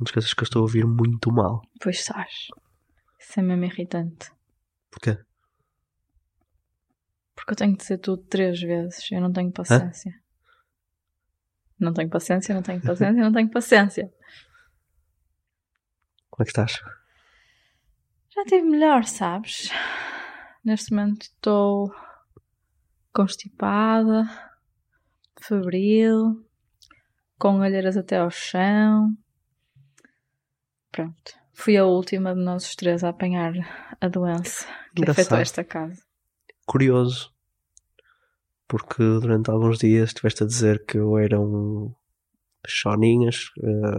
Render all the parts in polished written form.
te esqueças que eu estou a ouvir muito mal. Pois estás. Isso é mesmo irritante. Porquê? Porque eu tenho que dizer tudo 3 vezes. Eu não tenho paciência. Não tenho paciência, não tenho paciência, não tenho paciência. Como é que estás? Já estive melhor, sabes? Neste momento estou constipada, febril, com olheiras até ao chão. Pronto. Fui a última de nós os 3 a apanhar a doença que Engraçado. afetou esta casa. Curioso. Porque durante alguns dias estiveste a dizer que eu era um choninhas,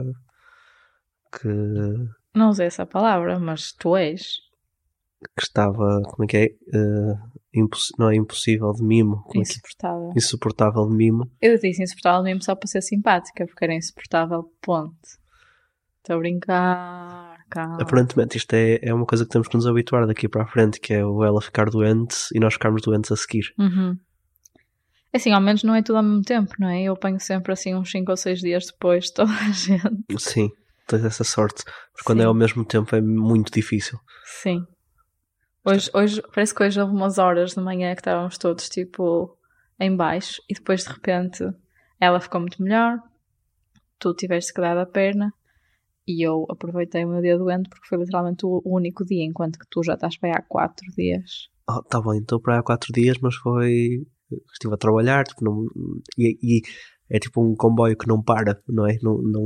que Não usei essa palavra, mas tu és. estava, como é que é? Não é impossível de mimo. Como é que é? Insuportável. Insuportável de mimo. Eu disse insuportável mesmo só para ser simpática, porque era insuportável, ponto. Estou a brincar, calma. Aparentemente isto é uma coisa que temos que nos habituar daqui para a frente, que é o ela ficar doente e nós ficarmos doentes a seguir. Uhum. Assim, ao menos não é tudo ao mesmo tempo, não é? Eu apanho sempre assim uns 5 ou 6 dias depois de toda a gente. Sim, tens essa sorte. Porque quando Sim. é ao mesmo tempo é muito difícil. Sim. Hoje, parece que hoje houve umas horas de manhã que estávamos todos tipo em baixo e depois de repente ela ficou muito melhor, tu tiveste que dar a perna e eu aproveitei o meu dia doente porque foi literalmente o único dia, enquanto que tu já estás para aí há 4 dias. Tá bem, estou para aí há 4 dias, mas estive a trabalhar, tipo, e é tipo um comboio que não para, não é?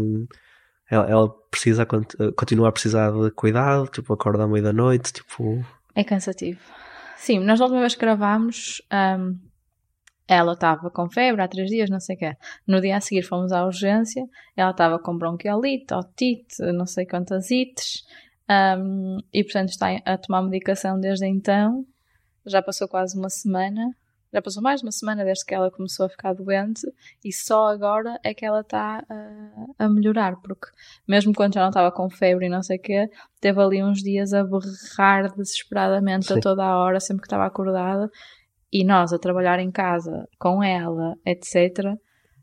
Ela precisa, continua a precisar de cuidado, tipo, acorda à meia da noite, tipo... É cansativo. Sim, nós da última vez que gravámos, ela estava com febre há 3 dias, não sei o quê. No dia a seguir fomos à urgência, ela estava com bronquiolite, otite, não sei quantas ites, e portanto está a tomar medicação desde então. Já passou quase uma semana, já passou mais de uma semana desde que ela começou a ficar doente e só agora é que ela está a melhorar, porque mesmo quando já não estava com febre e não sei o quê, teve ali uns dias a berrar desesperadamente Sim. a toda a hora, sempre que estava acordada, e nós a trabalhar em casa com ela, etc.,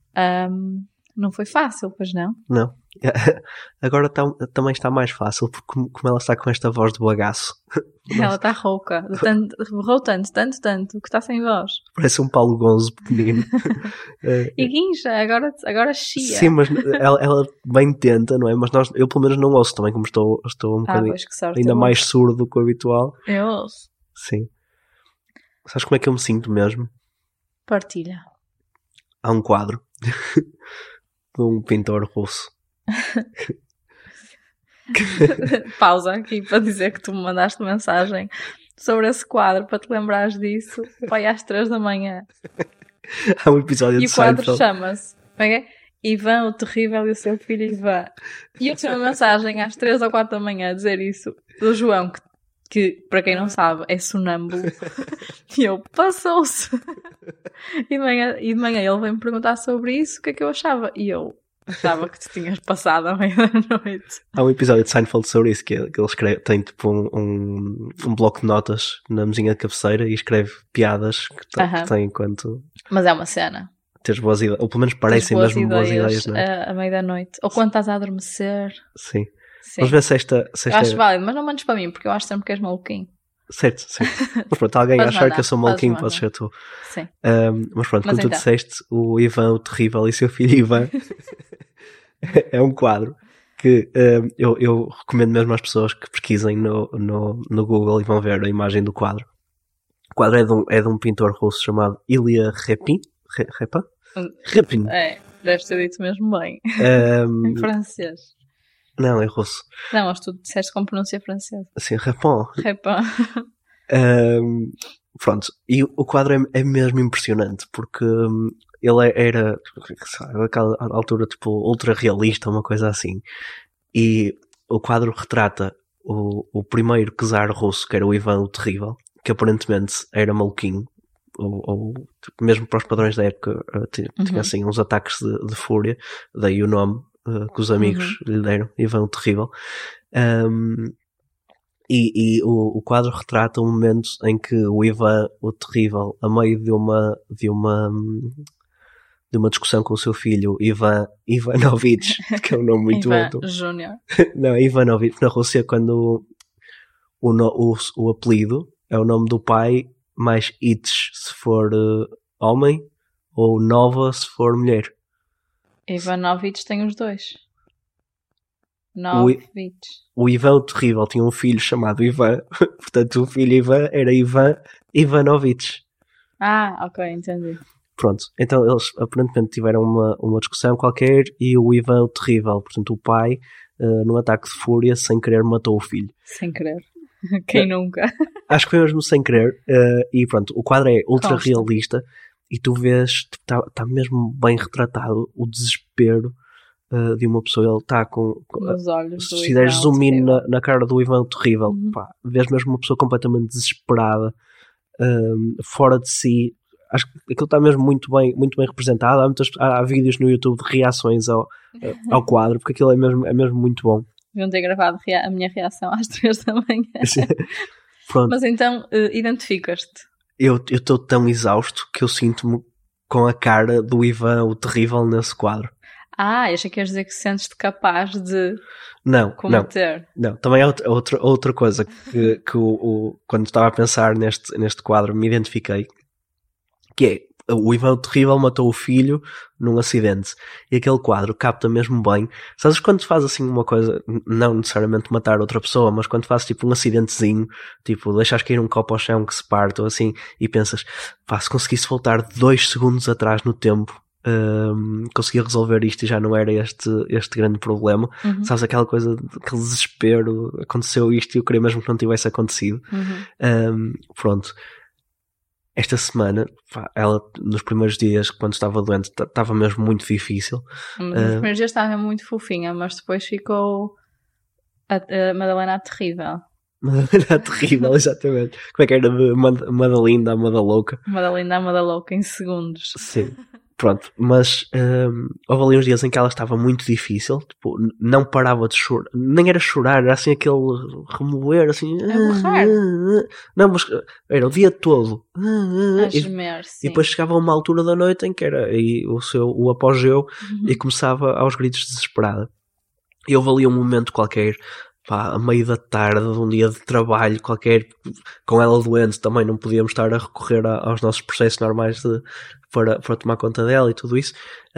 não foi fácil, pois não? Não. Agora também está mais fácil, porque como ela está com esta voz de bagaço. Ela está rouca, berrou tanto, que está sem voz. Parece um Paulo Gonzo pequenino. E guincha, agora chia. Sim, mas ela bem tenta, não é? Mas eu pelo menos não ouço também, como estou um bocadinho pois, que sorte, ainda eu mais ouço. surdo do que o habitual. Eu ouço. Sim. Sabes como é que eu me sinto mesmo? Partilha. Há um quadro de um pintor russo. Pausa aqui para dizer que tu me mandaste mensagem sobre esse quadro para te lembrares disso. Vai às 3 da manhã. Há um episódio E de o quadro Seinfeld. chama-se Ivan o Terrível e o seu filho Ivan. E eu recebi uma mensagem às 3 ou 4 da manhã a dizer isso do João, que para quem não sabe é sonâmbulo. E eu, passou-se. E de manhã ele veio-me perguntar sobre isso, o que é que eu achava. E eu achava que te tinhas passado à meia-da-noite. Há um episódio de Seinfeld sobre isso, que ele escreve, tem tipo um bloco de notas na mesinha de cabeceira e escreve piadas que tem enquanto... Mas é uma cena. Teres boas ideias, ou pelo menos parecem mesmo boas ideias, não é? À meia-da-noite. Ou quando estás a adormecer. Sim. Sim. Vamos ver se esta... Eu acho válido, mas não mandes para mim, porque eu acho sempre que és maluquinho. Certo. Mas pronto, alguém achar que eu sou maluquinho, pode ser tu. Sim. Mas pronto, como tu disseste, o Ivan o Terrível e seu filho Ivan é um quadro que eu recomendo mesmo às pessoas que pesquisem no Google e vão ver a imagem do quadro. O quadro é de um pintor russo chamado Ilya Repin. Repin. É, deves ter dito mesmo bem. Em francês. Não, é russo. Não, mas tu disseste com pronúncia francesa. Assim, Repin. Repin. Pronto, e o quadro é mesmo impressionante, porque ele era, naquela altura, tipo, ultra realista, uma coisa assim. E o quadro retrata o primeiro czar russo, que era o Ivan o Terrível, que aparentemente era maluquinho, ou tipo, mesmo para os padrões da época, tinha assim uns ataques de fúria, daí o nome que os amigos lhe deram, Ivan o Terrível. E o quadro retrata um momento em que o Ivan o Terrível, a meio de uma de uma discussão com o seu filho Ivan Ivanovich, que é um nome muito Ivan alto. Júnior. Não, Ivanovich. Na Rússia, quando o apelido é o nome do pai, mais Itch se for homem, ou Nova se for mulher. Ivanovich tem os dois. O Novich. Ivan o Terrível tinha um filho chamado Ivan, portanto o filho Ivan era Ivan Ivanovich. Ok, entendi. Pronto, então eles aparentemente tiveram uma discussão qualquer e o Ivan o Terrível, portanto o pai, num ataque de fúria, sem querer matou o filho. Sem querer. Quem nunca? Acho que foi mesmo sem querer, e pronto, o quadro é ultra realista e tu vês, está mesmo bem retratado o desespero de uma pessoa. Ele está com nos olhos do se deres zoom in na cara do Ivan Terrível, Uhum. vês mesmo uma pessoa completamente desesperada, fora de si. Acho que aquilo está mesmo muito bem representado. Há vídeos no YouTube de reações ao quadro, porque aquilo é mesmo muito bom. Deviam ter gravado a minha reação às 3 da manhã. Pronto. Mas então, identificas-te? Eu estou tão exausto que eu sinto-me com a cara do Ivan o Terrível nesse quadro. Achei que ias dizer que sentes-te capaz de Não, cometer. Não. Também é outra coisa que quando estava a pensar neste quadro me identifiquei, que é o Ivan o Terrível matou o filho num acidente, e aquele quadro capta mesmo bem. Sabes quando faz assim uma coisa, não necessariamente matar outra pessoa, mas quando faz tipo um acidentezinho, tipo deixas cair um copo ao chão que se parte ou assim, e pensas, se conseguisse voltar 2 segundos atrás no tempo, conseguia resolver isto e já não era este grande problema. Uhum. Sabes, aquela coisa, aquele desespero, aconteceu isto e eu queria mesmo que não tivesse acontecido. Uhum. Pronto. Esta semana, ela nos primeiros dias, quando estava doente, estava mesmo muito difícil. Nos primeiros dias estava muito fofinha, mas depois ficou a Madalena terrível. Madalena terrível, exatamente. Como é que era de Madalinda a Madalouca? Madalena a Madalouca em segundos. Sim. Pronto, mas houve ali uns dias em que ela estava muito difícil, tipo, não parava de chorar, nem era chorar, era assim aquele remoer, assim, não, mas era o dia todo, e depois chegava a uma altura da noite em que era aí o apogeu, e começava aos gritos desesperada. E houve ali um momento qualquer, a meio da tarde, de um dia de trabalho qualquer, com ela doente também não podíamos estar a recorrer aos nossos processos normais para tomar conta dela e tudo isso.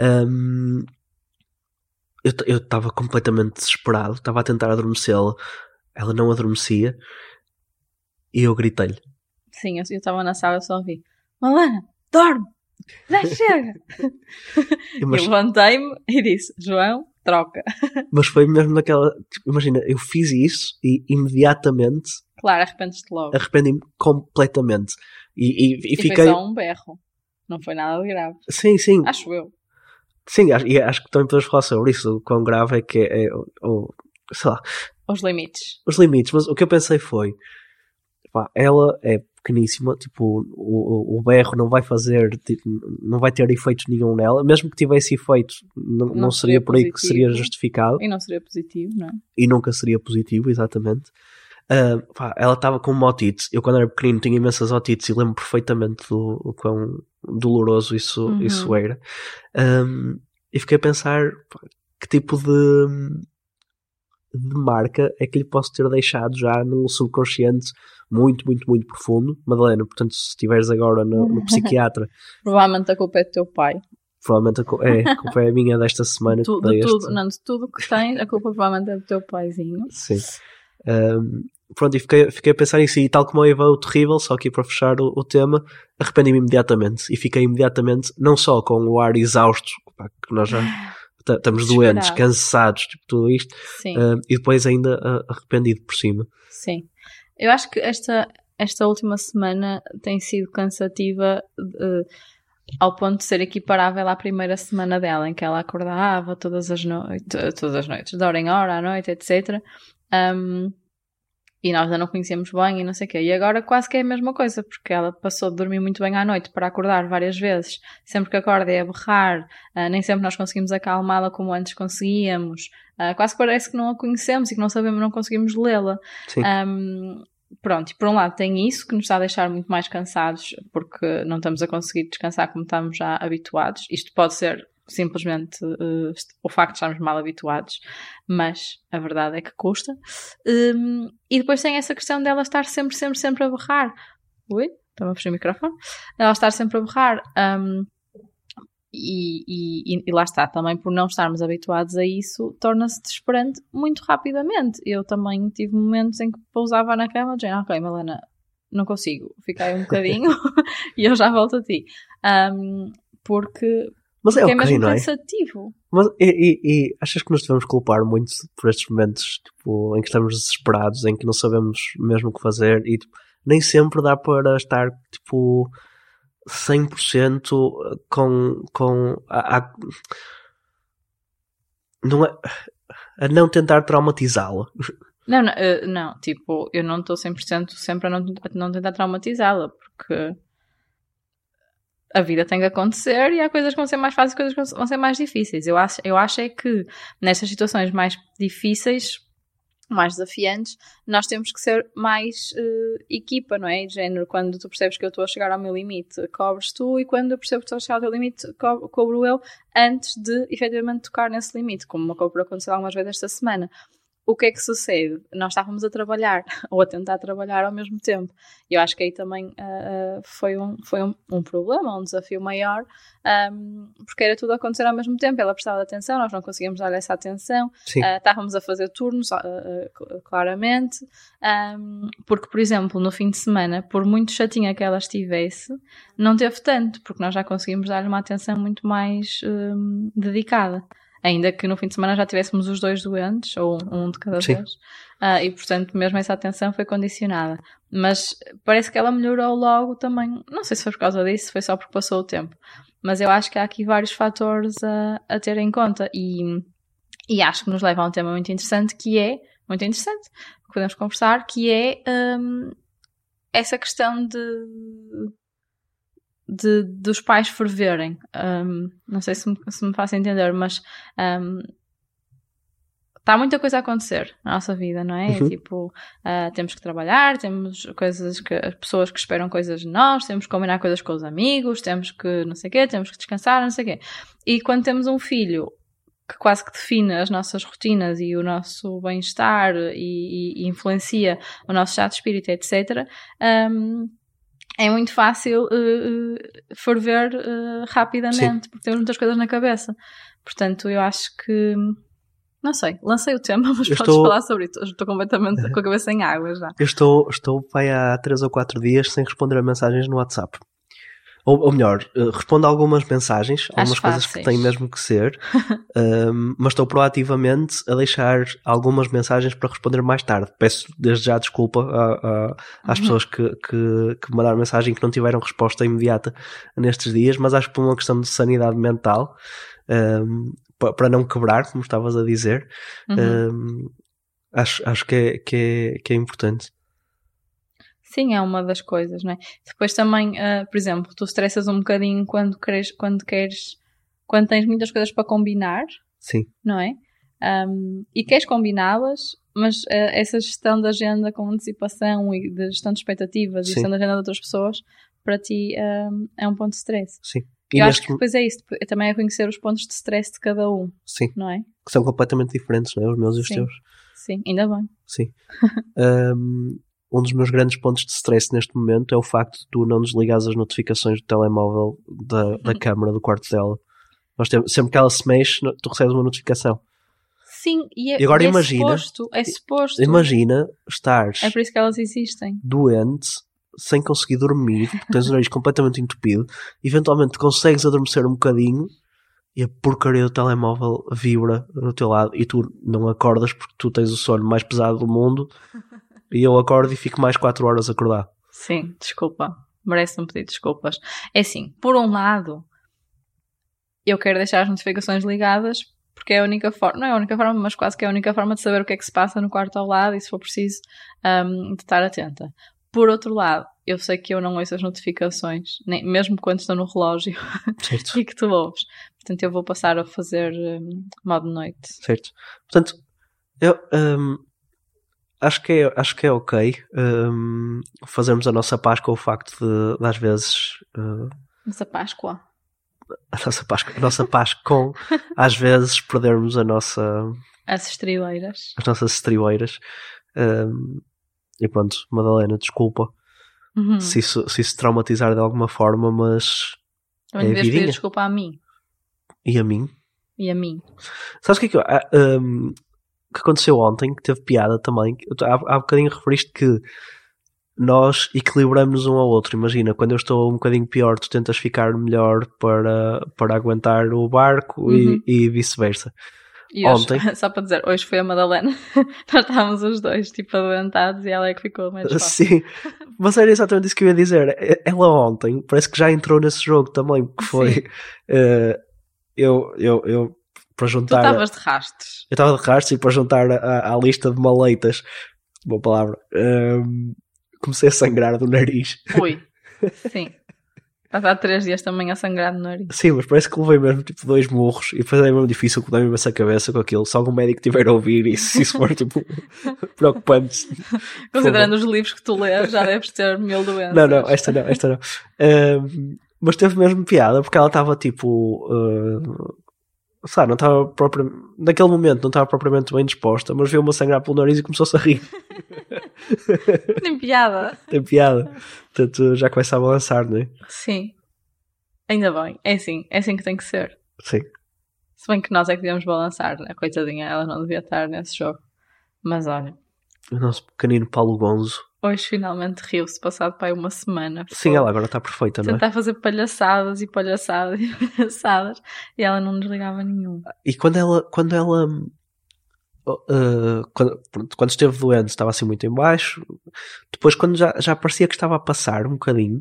Eu estava completamente desesperado, estava a tentar adormecê-la, ela não adormecia e eu gritei-lhe. Sim, eu estava na sala e só ouvi: Malena, dorme, já chega. Eu levantei-me e disse: João, troca. Mas foi mesmo naquela, imagina, eu fiz isso e imediatamente, claro, arrependes-te logo. Arrependi-me completamente e fiquei... foi só um berro, não foi nada de grave. Sim. Acho eu. Sim, e acho que também podemos falar sobre isso, o quão grave é que é sei lá, os limites, mas o que eu pensei foi, ela é pequeníssima, tipo, o berro não vai fazer, tipo, não vai ter efeito nenhum nela, mesmo que tivesse efeito, não seria por aí que seria justificado. E não seria positivo, não é? E nunca seria positivo, exatamente. Ela estava com uma otite. Eu quando era pequenino tinha imensas otites e lembro perfeitamente do quão doloroso isso era. E fiquei a pensar que tipo de marca é que lhe posso ter deixado já num subconsciente muito, muito, muito profundo. Madalena, portanto, se estiveres agora no psiquiatra, provavelmente a culpa é do teu pai. Provavelmente a culpa é a minha desta semana. De tudo que tens, a culpa provavelmente é do teu paizinho. Sim. Pronto, e fiquei a pensar nisso, e tal como o Ivan o Terrível, só aqui para fechar o tema, arrependi-me imediatamente e fiquei imediatamente, não só com o ar exausto, que nós já estamos doentes, cansados, tipo tudo isto, e depois ainda arrependido por cima. Sim, eu acho que esta última semana tem sido cansativa ao ponto de ser equiparável à primeira semana dela, em que ela acordava todas as noites, de hora em hora, à noite, etc. E nós ainda não conhecemos bem e não sei o quê. E agora quase que é a mesma coisa, porque ela passou de dormir muito bem à noite para acordar várias vezes. Sempre que acorda é a berrar, nem sempre nós conseguimos acalmá-la como antes conseguíamos. Quase que parece que não a conhecemos e que não sabemos, não conseguimos lê-la. pronto, e por um lado tem isso que nos está a deixar muito mais cansados porque não estamos a conseguir descansar como estamos já habituados. Isto pode ser simplesmente o facto de estarmos mal habituados, mas a verdade é que custa. E depois tem essa questão dela estar sempre a berrar. Ui, estava a fechar o microfone. Ela estar sempre a berrar. E lá está, também por não estarmos habituados a isso, torna-se desesperante muito rapidamente. Eu também tive momentos em que pousava na cama, dizendo, ok, Malena, não consigo, fica aí um bocadinho e eu já volto a ti. Porque é mesmo cansativo. Mas, e achas que nos devemos culpar muito por estes momentos tipo, em que estamos desesperados, em que não sabemos mesmo o que fazer e tipo, nem sempre dá para estar tipo 100% não é, a não tentar traumatizá-la. Não, tipo, eu não estou 100% sempre a não tentar traumatizá-la, porque a vida tem que acontecer e há coisas que vão ser mais fáceis e coisas que vão ser mais difíceis. Eu acho é que nestas situações mais difíceis, mais desafiantes, nós temos que ser mais equipa, não é? De género, quando tu percebes que eu estou a chegar ao meu limite, cobres tu, e quando eu percebo que estou a chegar ao teu limite, cobro eu, antes de efetivamente tocar nesse limite, como me acabou por acontecer algumas vezes esta semana. O que é que sucede? Nós estávamos a trabalhar, ou a tentar trabalhar ao mesmo tempo. E eu acho que aí também foi um problema, um desafio maior, porque era tudo a acontecer ao mesmo tempo. Ela prestava atenção, nós não conseguíamos dar essa atenção. Estávamos a fazer turnos, claramente. Porque, por exemplo, no fim de semana, por muito chatinha que ela estivesse, não teve tanto, porque nós já conseguimos dar-lhe uma atenção muito mais dedicada. Ainda que no fim de semana já tivéssemos os dois doentes, ou um de cada vez. E, portanto, mesmo essa atenção foi condicionada. Mas parece que ela melhorou logo também. Não sei se foi por causa disso, se foi só porque passou o tempo. Mas eu acho que há aqui vários fatores a ter em conta. E acho que nos leva a um tema muito interessante, que podemos conversar, que é essa questão dos pais ferverem. Não sei se me faço entender, mas está muita coisa a acontecer na nossa vida, não é? Tipo, temos que trabalhar, temos pessoas que esperam coisas de nós, temos que combinar coisas com os amigos, temos que não sei o quê, temos que descansar, não sei o quê. E quando temos um filho que quase que define as nossas rotinas e o nosso bem-estar e influencia o nosso estado de espírito, etc., é muito fácil ferver rapidamente, porque temos muitas coisas na cabeça. Portanto, eu acho que... Não sei, lancei o tema, mas podes falar sobre isso. Estou completamente com a cabeça em água já. Eu estou pai, há 3 ou 4 dias sem responder a mensagens no WhatsApp. Ou melhor, respondo a algumas mensagens, algumas coisas que têm mesmo que ser, mas estou proativamente a deixar algumas mensagens para responder mais tarde. Peço desde já desculpa às pessoas que mandaram mensagem que não tiveram resposta imediata nestes dias, mas acho que por uma questão de sanidade mental, para não quebrar, como estavas a dizer, acho que é importante. Sim, é uma das coisas, não é? Depois também, por exemplo, tu estressas um bocadinho quando tens muitas coisas para combinar. Sim. Não é? E queres combiná-las, mas essa gestão da agenda com antecipação e de gestão de expectativas e gestão da agenda de outras pessoas, para ti é um ponto de stress. Sim. Eu acho que depois é isso, também é conhecer os pontos de stress de cada um. Sim. Não é? Que são completamente diferentes, não é? Os meus e os teus. Sim, ainda bem. Sim. Um dos meus grandes pontos de stress neste momento é o facto de tu não desligares as notificações do telemóvel da câmara do quarto dela. Sempre que ela se mexe, tu recebes uma notificação. Sim, e agora imagina, é suposto. Imagina estares é por isso que elas existem. Doente, sem conseguir dormir, tens o nariz completamente entupido, eventualmente consegues adormecer um bocadinho e a porcaria do telemóvel vibra no teu lado e tu não acordas porque tu tens o sono mais pesado do mundo. E eu acordo e fico mais 4 horas acordado. Sim, desculpa. Merece-me pedir desculpas. É assim, por um lado, eu quero deixar as notificações ligadas porque é a única forma, não é a única forma, mas quase que é a única forma de saber o que é que se passa no quarto ao lado e se for preciso de estar atenta. Por outro lado, eu sei que eu não ouço as notificações, mesmo quando estou no relógio e que tu ouves. Portanto, eu vou passar a fazer modo noite. Certo. Portanto, eu... acho que é ok fazermos a nossa paz com o facto de às vezes Nossa Páscoa. a nossa paz com às vezes perdermos As estrileiras. as nossas estrileiras. E pronto, Madalena, desculpa se isso traumatizar de alguma forma, mas Também devias pedir desculpa a mim. E a mim. Sabes o que é que aconteceu ontem, que teve piada também? Há bocadinho referiste que nós equilibramos um ao outro. Imagina, quando eu estou um bocadinho pior, tu tentas ficar melhor para aguentar o barco e vice-versa. E hoje, ontem, só para dizer, hoje foi a Madalena. Nós estávamos os dois tipo adoentados e ela é que ficou mais fácil. Sim, mas era exatamente isso que eu ia dizer. Ela ontem parece que já entrou nesse jogo também, porque foi eu para juntar. Tu estavas de rastos. Eu estava de rastos e para juntar à lista de maleitas, boa palavra, comecei a sangrar do nariz. Ui, sim. Estás há 3 dias também a sangrar no nariz. Sim, mas parece que levei mesmo tipo 2 murros e depois é mesmo difícil dar mesmo essa cabeça com aquilo. Se algum médico tiver a ouvir e se isso for tipo preocupante. Considerando os livros que tu lês, já deves ter 1000 doenças. Não, esta não. Mas teve mesmo piada porque ela estava tipo. Sabe, não estava propriamente. Naquele momento não estava propriamente bem disposta, mas viu-me a sangrar pelo nariz e começou-se a rir. Tem piada. Tem piada. Portanto, já começa a balançar, não é? Sim. Ainda bem. É assim que tem que ser. Sim. Se bem que nós é que devíamos balançar, né? Coitadinha, ela não devia estar nesse jogo. Mas olha. O nosso pequenino Paulo Gonzo. Hoje finalmente riu-se, passado para aí uma semana. Sim, ela agora está perfeita, não é? Tentar fazer palhaçadas e e ela não nos ligava nenhum. E quando ela quando esteve doente estava assim muito em baixo, depois quando já parecia que estava a passar um bocadinho,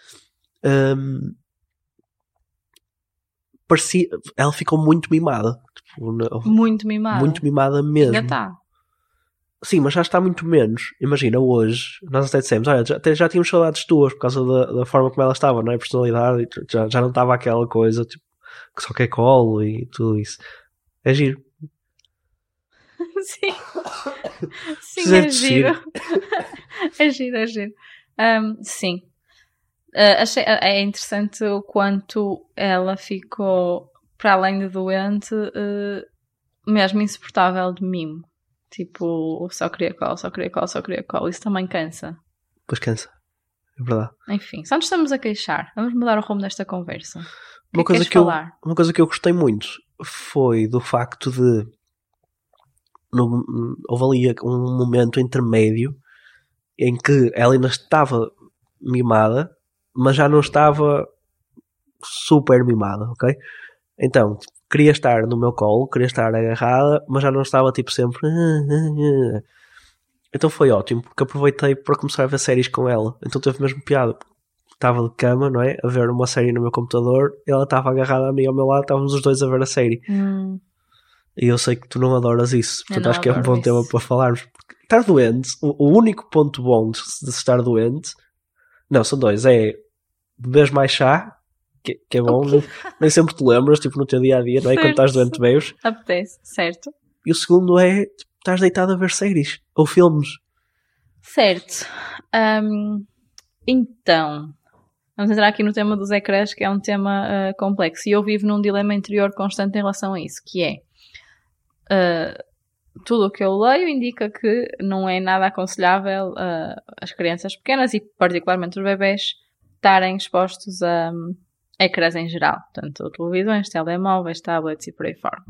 ela ficou muito mimada. Tipo, muito mimada mesmo. Ainda está. Sim, mas já está muito menos. Imagina, hoje, nós até dissemos, olha, até já tínhamos saudades tuas por causa da forma como ela estava, não é? Personalidade, já não estava aquela coisa, tipo, que só quer colo e tudo isso. É giro. Sim. Sim, é giro. É giro. Sim. É interessante o quanto ela ficou, para além de doente, mesmo insuportável de mimo. Tipo, só queria colo. Isso também cansa. Pois cansa. É verdade. Enfim, só nos estamos a queixar. Vamos mudar o rumo desta conversa. Uma coisa que eu gostei muito foi do facto de houve ali um momento intermédio em que ela ainda estava mimada, mas já não estava super mimada, ok? Então, queria estar no meu colo, queria estar agarrada, mas já não estava tipo sempre. Então foi ótimo, porque aproveitei para começar a ver séries com ela. Então teve mesmo piada. Estava de cama, não é? A ver uma série no meu computador, ela estava agarrada a mim ao meu lado, estávamos os dois a ver a série. E eu sei que tu não adoras isso, portanto acho que é um bom tema para falarmos. Porque estar doente, o único ponto bom de estar doente, não, são dois, é beberes mais chá, que é bom, nem sempre te lembras, tipo no teu dia a dia, não é? Quando estás doente bebes. Apetece, certo. E o segundo é, tipo, estás deitado a ver séries ou filmes. Certo. Então, vamos entrar aqui no tema dos ecrãs, que é um tema complexo. E eu vivo num dilema interior constante em relação a isso, que é tudo o que eu leio indica que não é nada aconselhável as crianças pequenas e particularmente os bebés estarem expostos a ecrãs em geral, portanto televisões, telemóveis, tablets e por aí fora.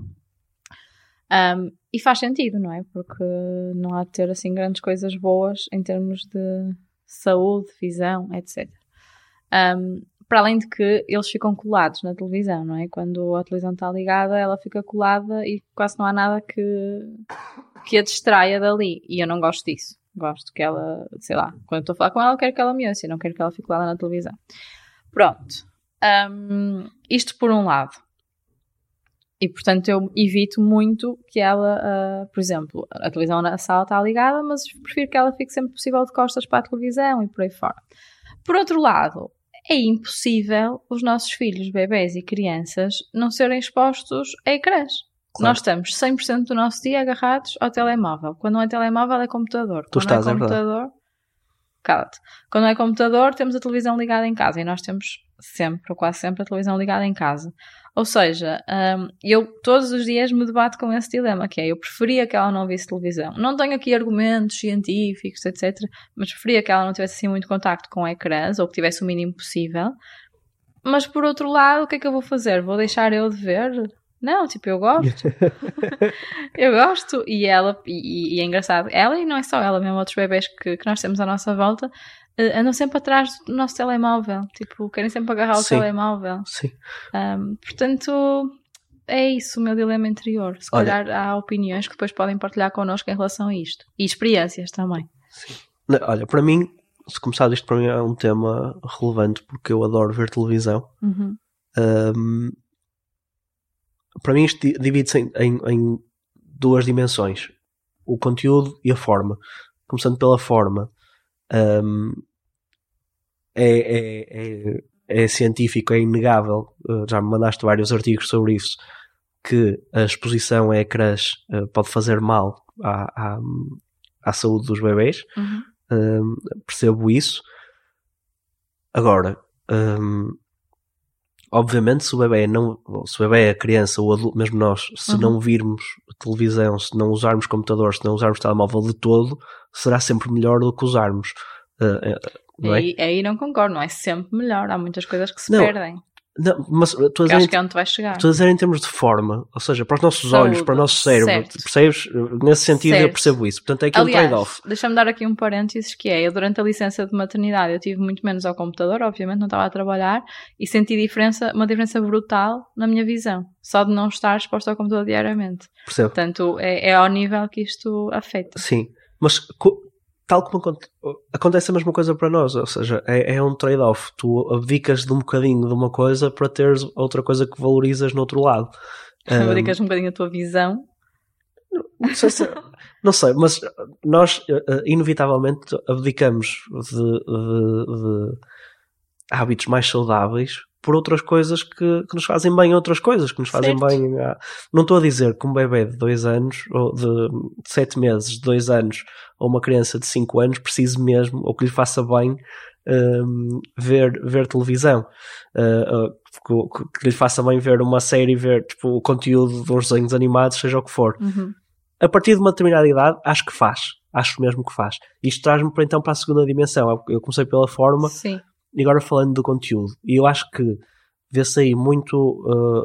E faz sentido, não é? Porque não há de ter assim grandes coisas boas em termos de saúde, visão, etc. Para além de que eles ficam colados na televisão, não é? Quando a televisão está ligada, ela fica colada e quase não há nada que a distraia dali. E eu não gosto disso. Gosto que ela, sei lá, quando estou a falar com ela, eu quero que ela me ouça, eu não quero que ela fique colada na televisão. Pronto. Isto por um lado. E, portanto, eu evito muito que ela, por exemplo, a televisão na sala está ligada, mas prefiro que ela fique sempre possível de costas para a televisão e por aí fora. Por outro lado, é impossível os nossos filhos, bebés e crianças não serem expostos a ecrãs. Nós estamos 100% do nosso dia agarrados ao telemóvel. Quando não é telemóvel, é computador. Tu Quando estás, é computador, cala-te. Quando não é computador, temos a televisão ligada em casa. E nós temos sempre, ou quase sempre, a televisão ligada em casa. Ou seja, eu todos os dias me debato com esse dilema, que é, eu preferia que ela não visse televisão. Não tenho aqui argumentos científicos, etc. Mas preferia que ela não tivesse assim muito contacto com ecrãs, ou que tivesse o mínimo possível. Mas por outro lado, o que é que eu vou fazer? Vou deixar eu de ver? Não, tipo, eu gosto. Eu gosto. E ela, e é engraçado, ela e não é só ela, mesmo outros bebés que nós temos à nossa volta, andam sempre atrás do nosso telemóvel. Tipo, querem sempre agarrar o telemóvel. Sim. Portanto, é isso o meu dilema interior. Se calhar há opiniões que depois podem partilhar connosco em relação a isto. E experiências também. Sim. Olha, para mim, se começar isto para mim é um tema relevante porque eu adoro ver televisão. Uhum. Para mim isto divide-se em duas dimensões, o conteúdo e a forma. Começando pela forma, é científico, é inegável, já me mandaste vários artigos sobre isso, que a exposição a ecrãs pode fazer mal à saúde dos bebés. Uhum. Percebo isso. Agora, obviamente, se o bebé é a criança ou adulto, mesmo nós, se não virmos televisão, se não usarmos computador, se não usarmos telemóvel de todo, será sempre melhor do que usarmos. Não é? Aí não concordo, não é sempre melhor. Há muitas coisas que se perdem. Não, mas acho que é onde tu vais chegar. Estou a dizer em termos de forma, ou seja, para os nossos olhos, para o nosso cérebro, certo. Percebes? Nesse sentido eu percebo isso. Portanto, é aqui um trade-off. Deixa-me dar aqui um parênteses que é, eu durante a licença de maternidade eu tive muito menos ao computador, obviamente não estava a trabalhar, e senti uma diferença brutal na minha visão, só de não estar exposto ao computador diariamente. Percebo. Portanto, é ao nível que isto afeta. Sim, mas tal como acontece a mesma coisa para nós, ou seja, é um trade-off. Tu abdicas de um bocadinho de uma coisa para teres outra coisa que valorizas no outro lado. Abdicas um bocadinho a tua visão? Não sei, mas nós inevitavelmente abdicamos de hábitos mais saudáveis por outras coisas que nos fazem bem, outras coisas que nos fazem bem. Não estou a dizer que um bebê de 2 anos, ou de 7 meses, de 2 anos, ou uma criança de 5 anos precise mesmo, ou que lhe faça bem ver televisão, que lhe faça bem ver uma série, ver tipo, o conteúdo dos desenhos animados, seja o que for. A partir de uma determinada idade, acho mesmo que faz. Isto traz-me então para a segunda dimensão. Eu comecei pela forma. Sim. E agora falando do conteúdo, e eu acho que vê-se aí muito,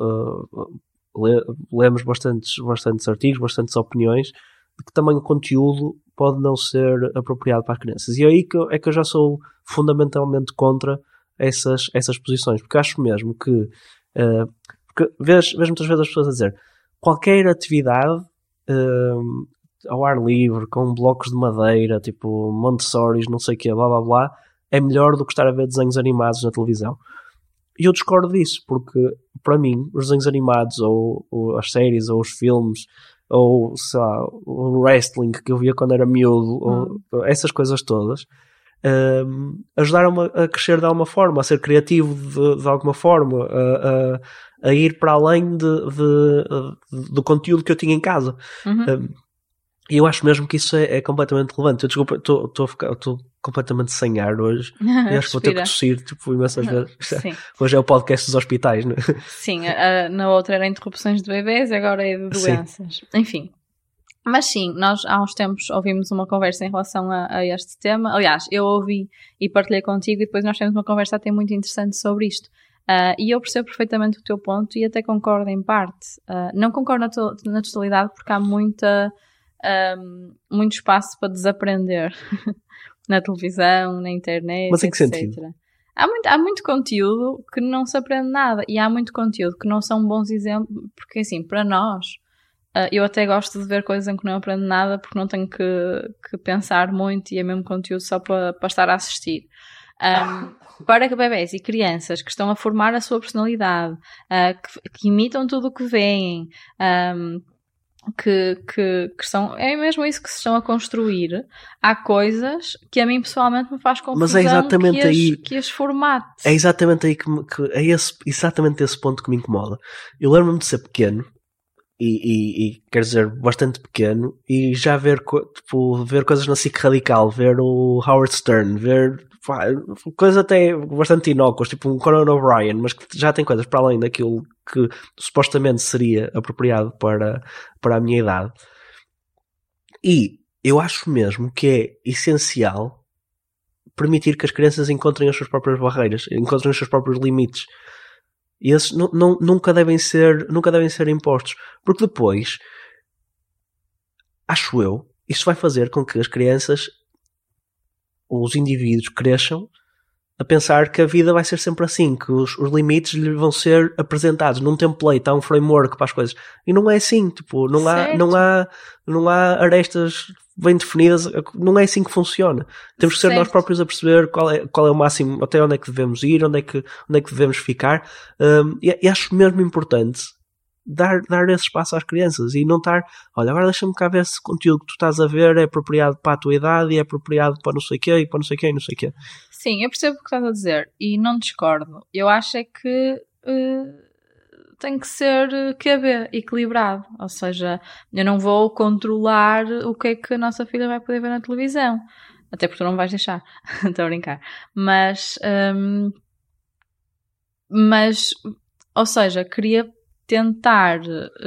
lemos bastantes artigos, bastantes opiniões, de que também o conteúdo pode não ser apropriado para as crianças. E é aí que eu já sou fundamentalmente contra essas posições, porque acho mesmo que, porque vejo muitas vezes as pessoas a dizer, qualquer atividade ao ar livre, com blocos de madeira, tipo Montessori, não sei o que, blá blá blá, é melhor do que estar a ver desenhos animados na televisão. E eu discordo disso, porque para mim os desenhos animados ou as séries ou os filmes ou sei lá, o wrestling que eu via quando era miúdo, ou essas coisas todas, ajudaram-me a crescer de alguma forma, a ser criativo de alguma forma, a ir para além do conteúdo que eu tinha em casa. E eu acho mesmo que isso é completamente relevante. Eu desculpa, estou completamente sem ar hoje. E acho que vou ter que tossir tipo, imensas vezes. Sim. Hoje é o podcast dos hospitais, não é? Sim, na outra era interrupções de bebês, agora é de doenças. Sim. Enfim. Mas sim, nós há uns tempos ouvimos uma conversa em relação a este tema. Aliás, eu ouvi e partilhei contigo e depois nós tivemos uma conversa até muito interessante sobre isto. E eu percebo perfeitamente o teu ponto e até concordo em parte. Não concordo na totalidade porque há muito espaço para desaprender na televisão, na internet, mas em que etc. sentido? Há muito conteúdo que não se aprende nada e há muito conteúdo que não são bons exemplos, porque assim, para nós, eu até gosto de ver coisas em que não aprendo nada porque não tenho que pensar muito e é mesmo conteúdo só para estar a assistir. Para bebés e crianças que estão a formar a sua personalidade, que imitam tudo o que veem, que são, é mesmo isso que se estão a construir. Há coisas que a mim pessoalmente me faz confusão. Mas é exatamente que as formate. É exatamente aí exatamente esse ponto que me incomoda. Eu lembro-me de ser pequeno e quer dizer, bastante pequeno, e já ver, tipo, ver coisas na SIC Radical, ver o Howard Stern, ver coisas até bastante inócuas, tipo um Conan O'Brien, mas que já tem coisas para além daquilo que supostamente seria apropriado para a minha idade. E eu acho mesmo que é essencial permitir que as crianças encontrem as suas próprias barreiras, encontrem os seus próprios limites. E esses nunca devem ser impostos. Porque depois, acho eu, isto vai fazer com que as crianças, os indivíduos, cresçam a pensar que a vida vai ser sempre assim, que os limites lhe vão ser apresentados num template, há um framework para as coisas. E não é assim, tipo, não há arestas bem definidas, não é assim que funciona. Temos que ser nós próprios a perceber qual é o máximo, até onde é que devemos ir, onde é que devemos ficar. E acho mesmo importante dar esse espaço às crianças e não estar, olha, agora deixa-me cá ver se o conteúdo que tu estás a ver é apropriado para a tua idade e é apropriado para não sei o quê e para não sei o quê e não sei o quê. Sim, eu percebo o que estás a dizer e não discordo. Eu acho é que tem que ser equilibrado. Ou seja, eu não vou controlar o que é que a nossa filha vai poder ver na televisão. Até porque tu não vais deixar. Estou a brincar. Mas, ou seja, queria tentar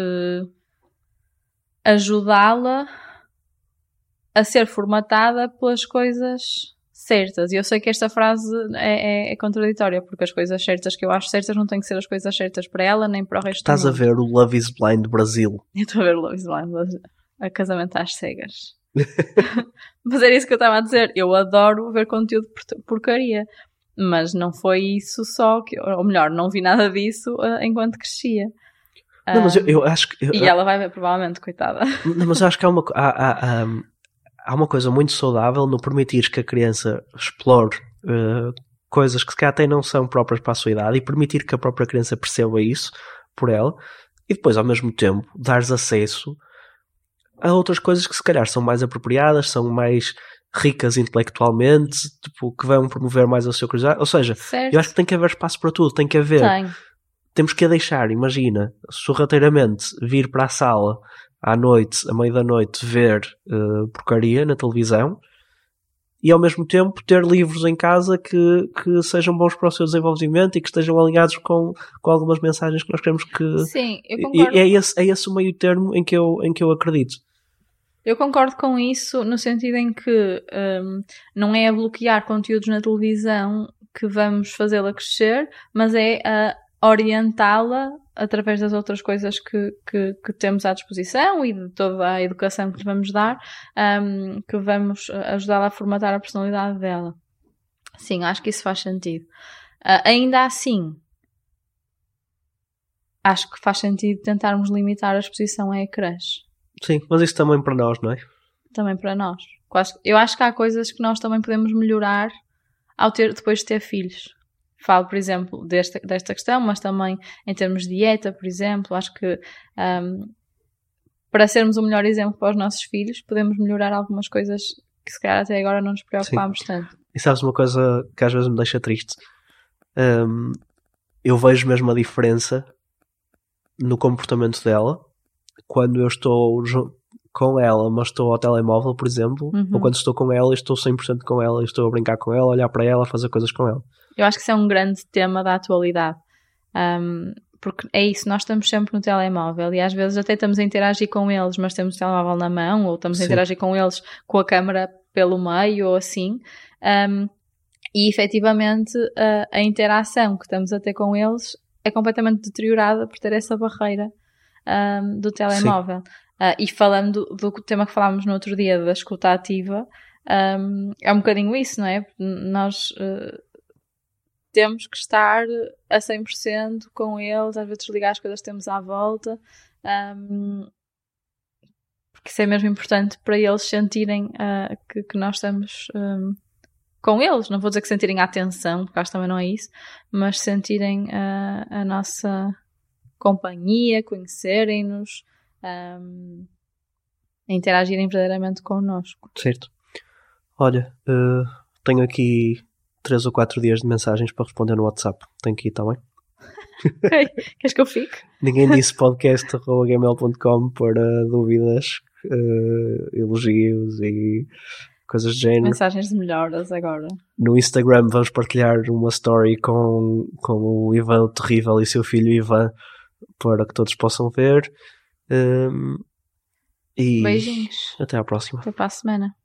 ajudá-la a ser formatada pelas coisas certas. E eu sei que esta frase é contraditória, porque as coisas certas que eu acho certas não têm que ser as coisas certas para ela, nem para o resto Estás do mundo. a ver o Love is Blind Brasil? Eu estou a ver o Love is Blind, a casamento às cegas. Mas era isso que eu estava a dizer. Eu adoro ver conteúdo de porcaria. Mas não foi isso só, ou melhor, não vi nada disso enquanto crescia. Não, mas eu acho que... E ela vai ver, provavelmente, coitada. Não, mas eu acho que há uma coisa muito saudável no permitir que a criança explore coisas que se calhar até não são próprias para a sua idade e permitir que a própria criança perceba isso por ela e depois, ao mesmo tempo, dares acesso a outras coisas que se calhar são mais apropriadas, são mais ricas intelectualmente, tipo, que vão promover mais a sua curiosidade. Ou seja, certo. Eu acho que tem que haver espaço para tudo, tem que haver... Temos que a deixar, imagina, sorrateiramente vir para a sala à noite, à meia da noite, ver porcaria na televisão e ao mesmo tempo ter livros em casa que sejam bons para o seu desenvolvimento e que estejam alinhados com algumas mensagens que nós queremos que... Sim, eu concordo. E é esse o meio termo em que eu acredito. Eu concordo com isso no sentido em que não é a bloquear conteúdos na televisão que vamos fazê-la crescer, mas é a orientá-la através das outras coisas que temos à disposição e de toda a educação que lhe vamos dar, que vamos ajudá-la a formatar a personalidade dela. Sim, acho que isso faz sentido. Ainda assim, acho que faz sentido tentarmos limitar a exposição a ecrãs. Sim, mas isso também para nós, não é? Também para nós. Eu acho que há coisas que nós também podemos melhorar depois de ter filhos. Falo, por exemplo, desta questão, mas também em termos de dieta, por exemplo. Acho que para sermos o melhor exemplo para os nossos filhos, podemos melhorar algumas coisas que se calhar até agora não nos preocupámos tanto. E sabes uma coisa que às vezes me deixa triste? Eu vejo mesmo a diferença no comportamento dela quando eu estou com ela, mas estou ao telemóvel, por exemplo, ou quando estou com ela e estou 100% com ela e estou a brincar com ela, a olhar para ela, a fazer coisas com ela. Eu acho que isso é um grande tema da atualidade. Porque é isso, nós estamos sempre no telemóvel e às vezes até estamos a interagir com eles, mas temos o telemóvel na mão, ou estamos a interagir com eles com a câmera pelo meio, ou assim. E efetivamente a interação que estamos a ter com eles é completamente deteriorada por ter essa barreira do telemóvel. E falando do tema que falámos no outro dia da escuta ativa, é um bocadinho isso, não é? Nós temos que estar a 100% com eles, às vezes desligar as coisas que temos à volta, porque isso é mesmo importante para eles sentirem que nós estamos com eles. Não vou dizer que sentirem a atenção, porque acho que também não é isso, mas sentirem a nossa companhia, conhecerem-nos, interagirem verdadeiramente connosco. Certo. Olha, tenho aqui 3 ou 4 dias de mensagens para responder no WhatsApp. Tenho que ir, está bem? Queres que eu fique? Ninguém disse podcast@gmail.com para dúvidas, elogios e coisas do género. Mensagens de melhoras agora. No Instagram vamos partilhar uma story com o Ivan o Terrível e seu filho Ivan para que todos possam ver. E Beijinhos. até à próxima. Até para a semana.